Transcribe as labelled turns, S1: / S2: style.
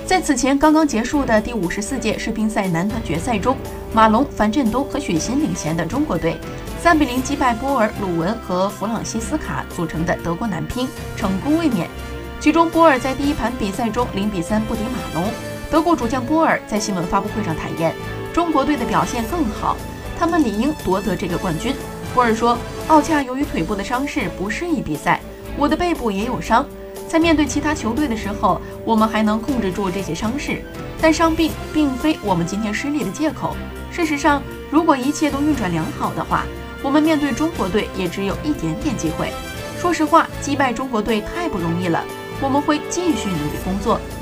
S1: 在此前刚刚结束的第54届世乒赛男团决赛中，马龙、樊振东和许昕领衔的中国队3比0击败波尔、鲁文和弗朗西斯卡组成的德国男乒，成功卫冕。其中，波尔在第一盘比赛中0比3不敌马龙。德国主将波尔在新闻发布会上坦言，中国队的表现更好，他们理应夺得这个冠军。波尔说：“奥恰由于腿部的伤势不适宜比赛，我的背部也有伤。在面对其他球队的时候，我们还能控制住这些伤势，但伤病并非我们今天失利的借口。事实上，如果一切都运转良好的话，我们面对中国队也只有一点点机会。说实话，击败中国队太不容易了，我们会继续努力工作。”